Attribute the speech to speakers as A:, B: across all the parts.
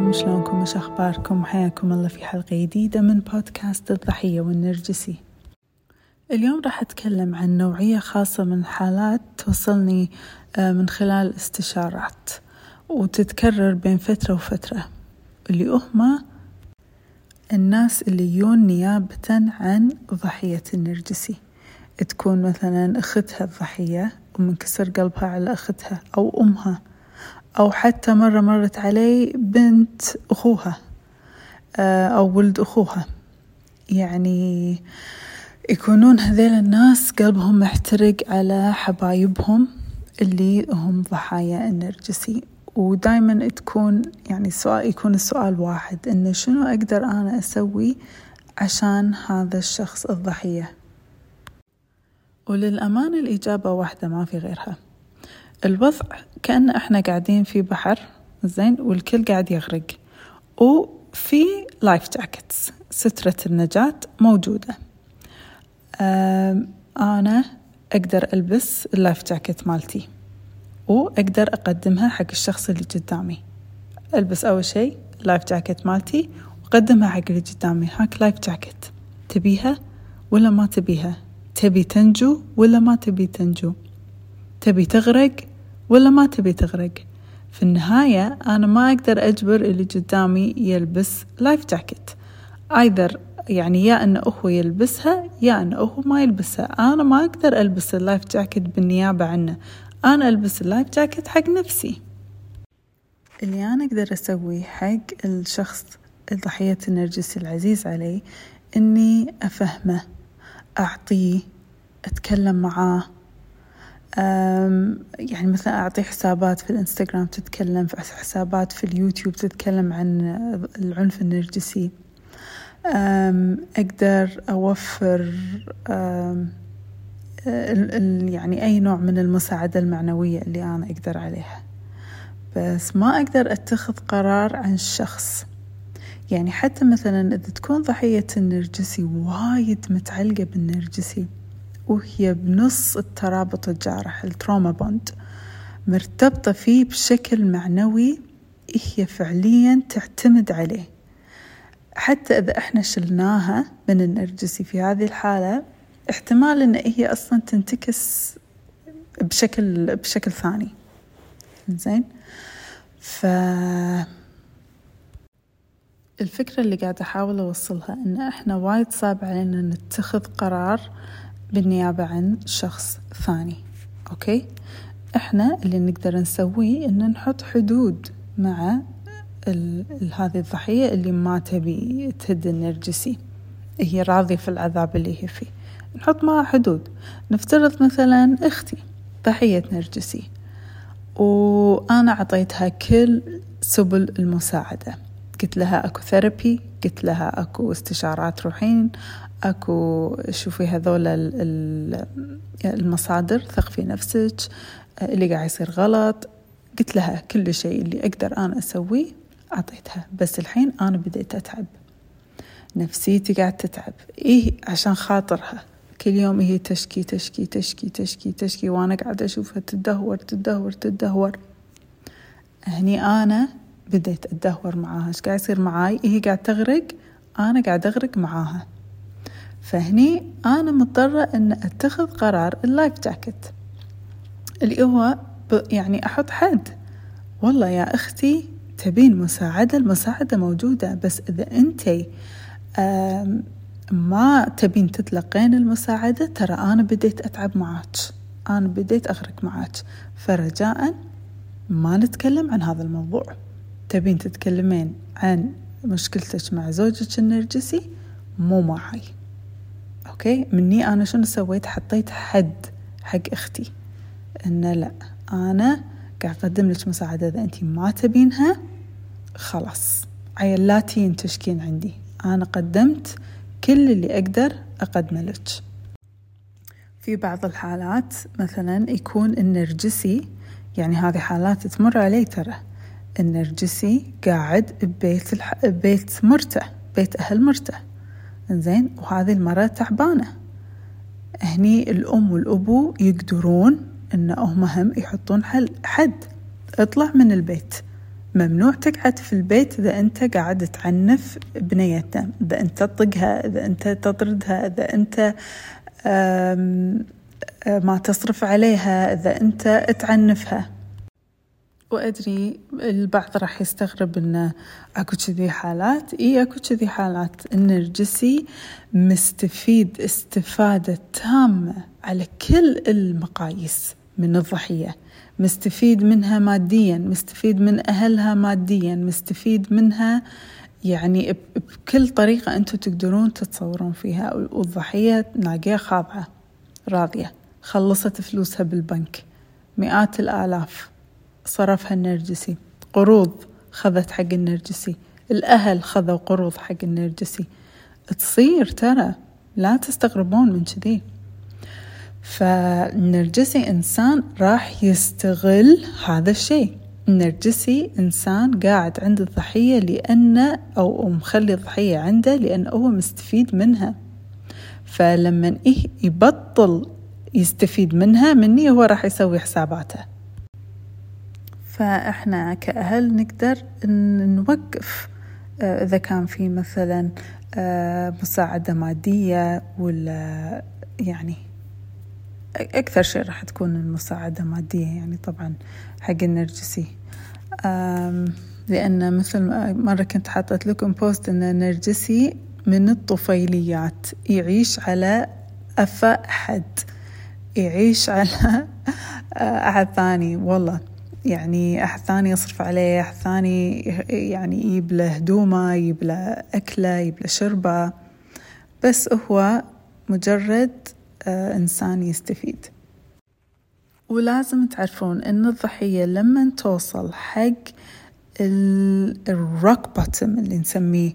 A: عليكم، شلونكم؟ وش أخباركم؟ حياكم الله في حلقة جديدة من بودكاست الضحية والنرجسي. اليوم راح أتكلم عن نوعية خاصة من حالات توصلني من خلال استشارات وتتكرر بين فترة وفترة، اللي هما الناس اللي يجون نيابة عن ضحية النرجسي. تكون مثلا أختها الضحية ومنكسر قلبها على أختها أو أمها، أو حتى مرة مرت علي بنت أخوها أو ولد أخوها. يعني يكونون هذيل الناس قلبهم محترق على حبايبهم اللي هم ضحايا النرجسي. ودايما تكون يعني يكون السؤال واحد، إنه شنو أقدر أنا أسوي عشان هذا الشخص الضحية؟ وللأمانة الإجابة واحدة، ما في غيرها. الوضع كأن احنا قاعدين في بحر، زين، والكل قاعد يغرق، وفي لايف جاكيتس، سترة النجاة موجودة. أنا أقدر ألبس اللايف جاكيت مالتي وأقدر أقدمها حق الشخص اللي قدامي. ألبس أول شيء اللايف جاكيت مالتي وأقدمها حق اللي قدامي. هاك لايف جاكيت، تبيها ولا ما تبيها؟ تبي تنجو ولا ما تبي تنجو؟ تبي تغرق ولا ما تبي تغرق؟ في النهاية أنا ما أقدر أجبر اللي قدامي يلبس لايف جاكيت، يعني يا أنه هو يلبسها يا أنه هو ما يلبسها. أنا ما أقدر ألبس اللايف جاكيت بالنيابة عنه، أنا ألبس اللايف جاكيت حق نفسي. اللي أنا أقدر أسويه حق الشخص ضحية النرجسي العزيز علي، إني أفهمه، أعطيه، أتكلم معاه. يعني مثلا أعطيه حسابات في الإنستغرام تتكلم، في حسابات في اليوتيوب تتكلم عن العنف النرجسي. أقدر أوفر يعني أي نوع من المساعدة المعنوية اللي أنا أقدر عليها، بس ما أقدر أتخذ قرار عن الشخص. يعني حتى مثلا إذا تكون ضحية النرجسي وايد متعلقة بالنرجسي وهي بنص الترابط الجارح، التروما بوند، مرتبطة فيه بشكل معنوي، هي فعليا تعتمد عليه. حتى إذا إحنا شلناها من النرجسي في هذه الحالة، احتمال إن هي أصلا تنتكس بشكل ثاني. زين، الفكرة اللي قاعدة أحاول أوصلها إن إحنا وايد صعب علينا نتخذ قرار بالنيابة عن شخص ثاني. أوكي، إحنا اللي نقدر نسويه إن نحط حدود مع هذه الضحية اللي ما تبي تهد النرجسي، هي راضية في العذاب اللي هي فيه. نحط معها حدود. نفترض مثلا أختي ضحية نرجسي وأنا عطيتها كل سبل المساعدة، قلت لها أكو ثيرابي، قلت لها أكو استشارات روحين، أكو شوفي هذول المصادر، ثق في نفسك، اللي قاعد يصير غلط. قلت لها كل شيء اللي أقدر أنا أسويه أعطيتها. بس الحين أنا بديت أتعب، نفسيتي قاعد تتعب، عشان خاطرها كل يوم هي تشكي تشكي تشكي تشكي تشكي، وأنا قاعد أشوفها تدهور تدهور تدهور. هني أنا بديت أدهور معاها. إيش قاعد يصير معاي؟ هي قاعد تغرق، أنا قاعد أغرق معاها. فهني أنا مضطرة أن أتخذ قرار اللايف جاكيت، اللي هو يعني أحط حد. والله يا أختي تبين مساعدة، المساعدة موجودة، بس إذا أنتي ما تبين تتلقين المساعدة، ترى أنا بديت أتعب معاك، أنا بديت أغرق معاك، فرجاء ما نتكلم عن هذا الموضوع. تبين تتكلمين عن مشكلتك مع زوجك النرجسي، مو معي. أوكي، مني أنا شنو سويت؟ حطيت حد حق أختي، إنه لا، أنا قاعد أقدم لك مساعدة، إذا أنتي ما تبينها خلاص عيلاتي ينتشكين عندي، أنا قدمت كل اللي أقدر أقدمه لك. في بعض الحالات مثلا يكون النرجسي، يعني هذه حالات تمر علي، ترى النرجسي قاعد ببيت مرته، بيت أهل مرته، إنزين، وهذه المرة تعبانة. هني الأم والأبو يقدرون إن هم يحطون حد، اطلع من البيت، ممنوع تقعد في البيت إذا أنت قاعد تعنف بنيتنا، إذا أنت تطقها، إذا أنت تطردها، إذا أنت ما تصرف عليها، إذا أنت تعنفها. وأدري البعض راح يستغرب إن أكو كذي حالات. أكو كذي حالات. النرجسي مستفيد استفادة تامة على كل المقاييس من الضحية، مستفيد منها ماديا، مستفيد من أهلها ماديا، مستفيد منها يعني بكل طريقة أنتم تقدرون تتصورون فيها. والضحية ناقية خاضعة راضية، خلصت فلوسها بالبنك، مئات الآلاف صرفها النرجسي، قروض خذت حق النرجسي، الأهل خذوا قروض حق النرجسي. تصير ترى، لا تستغربون من كذي. فالنرجسي إنسان راح يستغل هذا الشيء. النرجسي إنسان قاعد عند الضحية لأنه أو مخلي الضحية عنده لأنه هو مستفيد منها. فلما يبطل يستفيد مني هو راح يسوي حساباته. فإحنا كأهل نقدر نوقف إذا كان في مثلا مساعدة مادية، ولا يعني أكثر شيء راح تكون المساعدة مادية يعني طبعا حق النرجسي. لأن مثل مرة كنت حاطت لكم بوست إن النرجسي من الطفيليات، يعيش على أفا أحد، يعيش على أحد ثاني. والله يعني أحد ثاني يصرف عليه، أحد ثاني يعني يجيب له هدومه، يجيب له أكله، يجيب له شربه، بس هو مجرد إنسان يستفيد. ولازم تعرفون إن الضحية لما توصل حق الروك بوتم اللي نسميه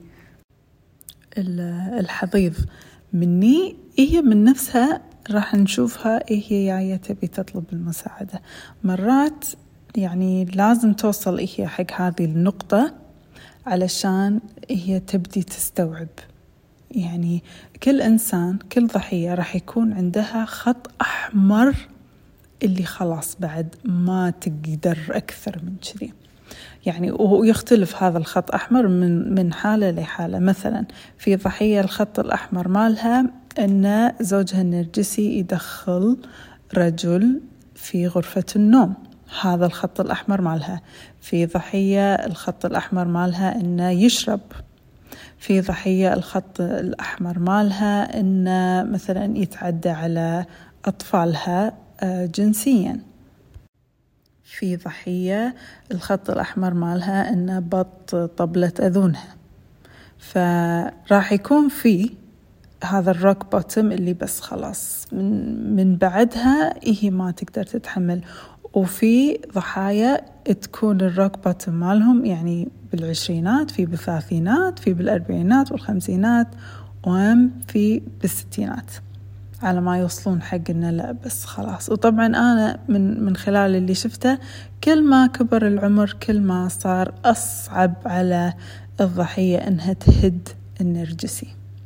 A: الحضيض مني، هي من نفسها راح نشوفها هي جاية تبي تطلب المساعدة. مرات يعني لازم توصل هي حق هذه النقطة علشان هي تبدي تستوعب. يعني كل إنسان، كل ضحية راح يكون عندها خط أحمر اللي خلاص بعد ما تقدر أكثر من كذي. يعني ويختلف هذا الخط أحمر من حالة لحالة. مثلا في ضحية الخط الأحمر مالها أن زوجها النرجسي يدخل رجل في غرفة النوم، هذا الخط الأحمر مالها. في ضحية الخط الأحمر مالها أنه يشرب. في ضحية الخط الأحمر مالها أنه مثلا يتعدى على أطفالها جنسيا. في ضحية الخط الأحمر مالها أنه بط طبلة أذونها. فراح يكون في هذا الروك بوتم اللي بس خلاص من بعدها هي ما تقدر تتحمل. وفي ضحايا تكون الروك بوتم مالهم يعني بالعشرينات، في بالثلاثينات، في بالأربعينات والخمسينات، وهم في بالستينات، على ما يوصلون حق إنه لا بس خلاص. وطبعا أنا من خلال اللي شفته، كل ما كبر العمر كل ما صار أصعب على الضحية إنها تهد النرجسي.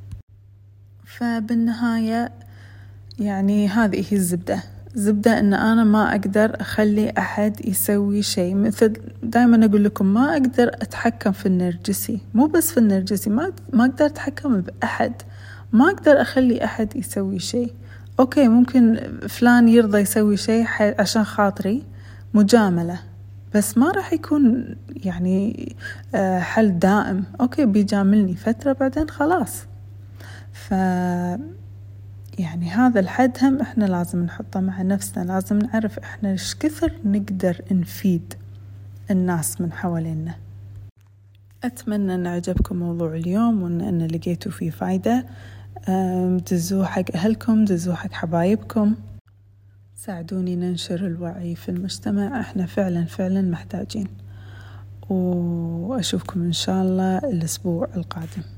A: فبالنهاية يعني هذه هي الزبدة إن أنا ما أقدر أخلي أحد يسوي شيء. مثل دائما أقول لكم، ما أقدر أتحكم في النرجسي، مو بس في النرجسي، ما أقدر أتحكم بأحد، ما أقدر أخلي أحد يسوي شيء. أوكي ممكن فلان يرضى يسوي شيء عشان خاطري، مجاملة، بس ما راح يكون يعني حل دائم. أوكي بيجاملني فترة بعدين خلاص. يعني هذا الحد هم إحنا لازم نحطه مع نفسنا. لازم نعرف إحنا إيش كثر نقدر نفيد الناس من حوالينا. أتمنى أن عجبكم موضوع اليوم، وأن لقيتوا فيه فايدة. دزوه حق أهلكم، دزوه حق حبايبكم، ساعدوني ننشر الوعي في المجتمع. إحنا فعلا محتاجين. وأشوفكم إن شاء الله الأسبوع القادم.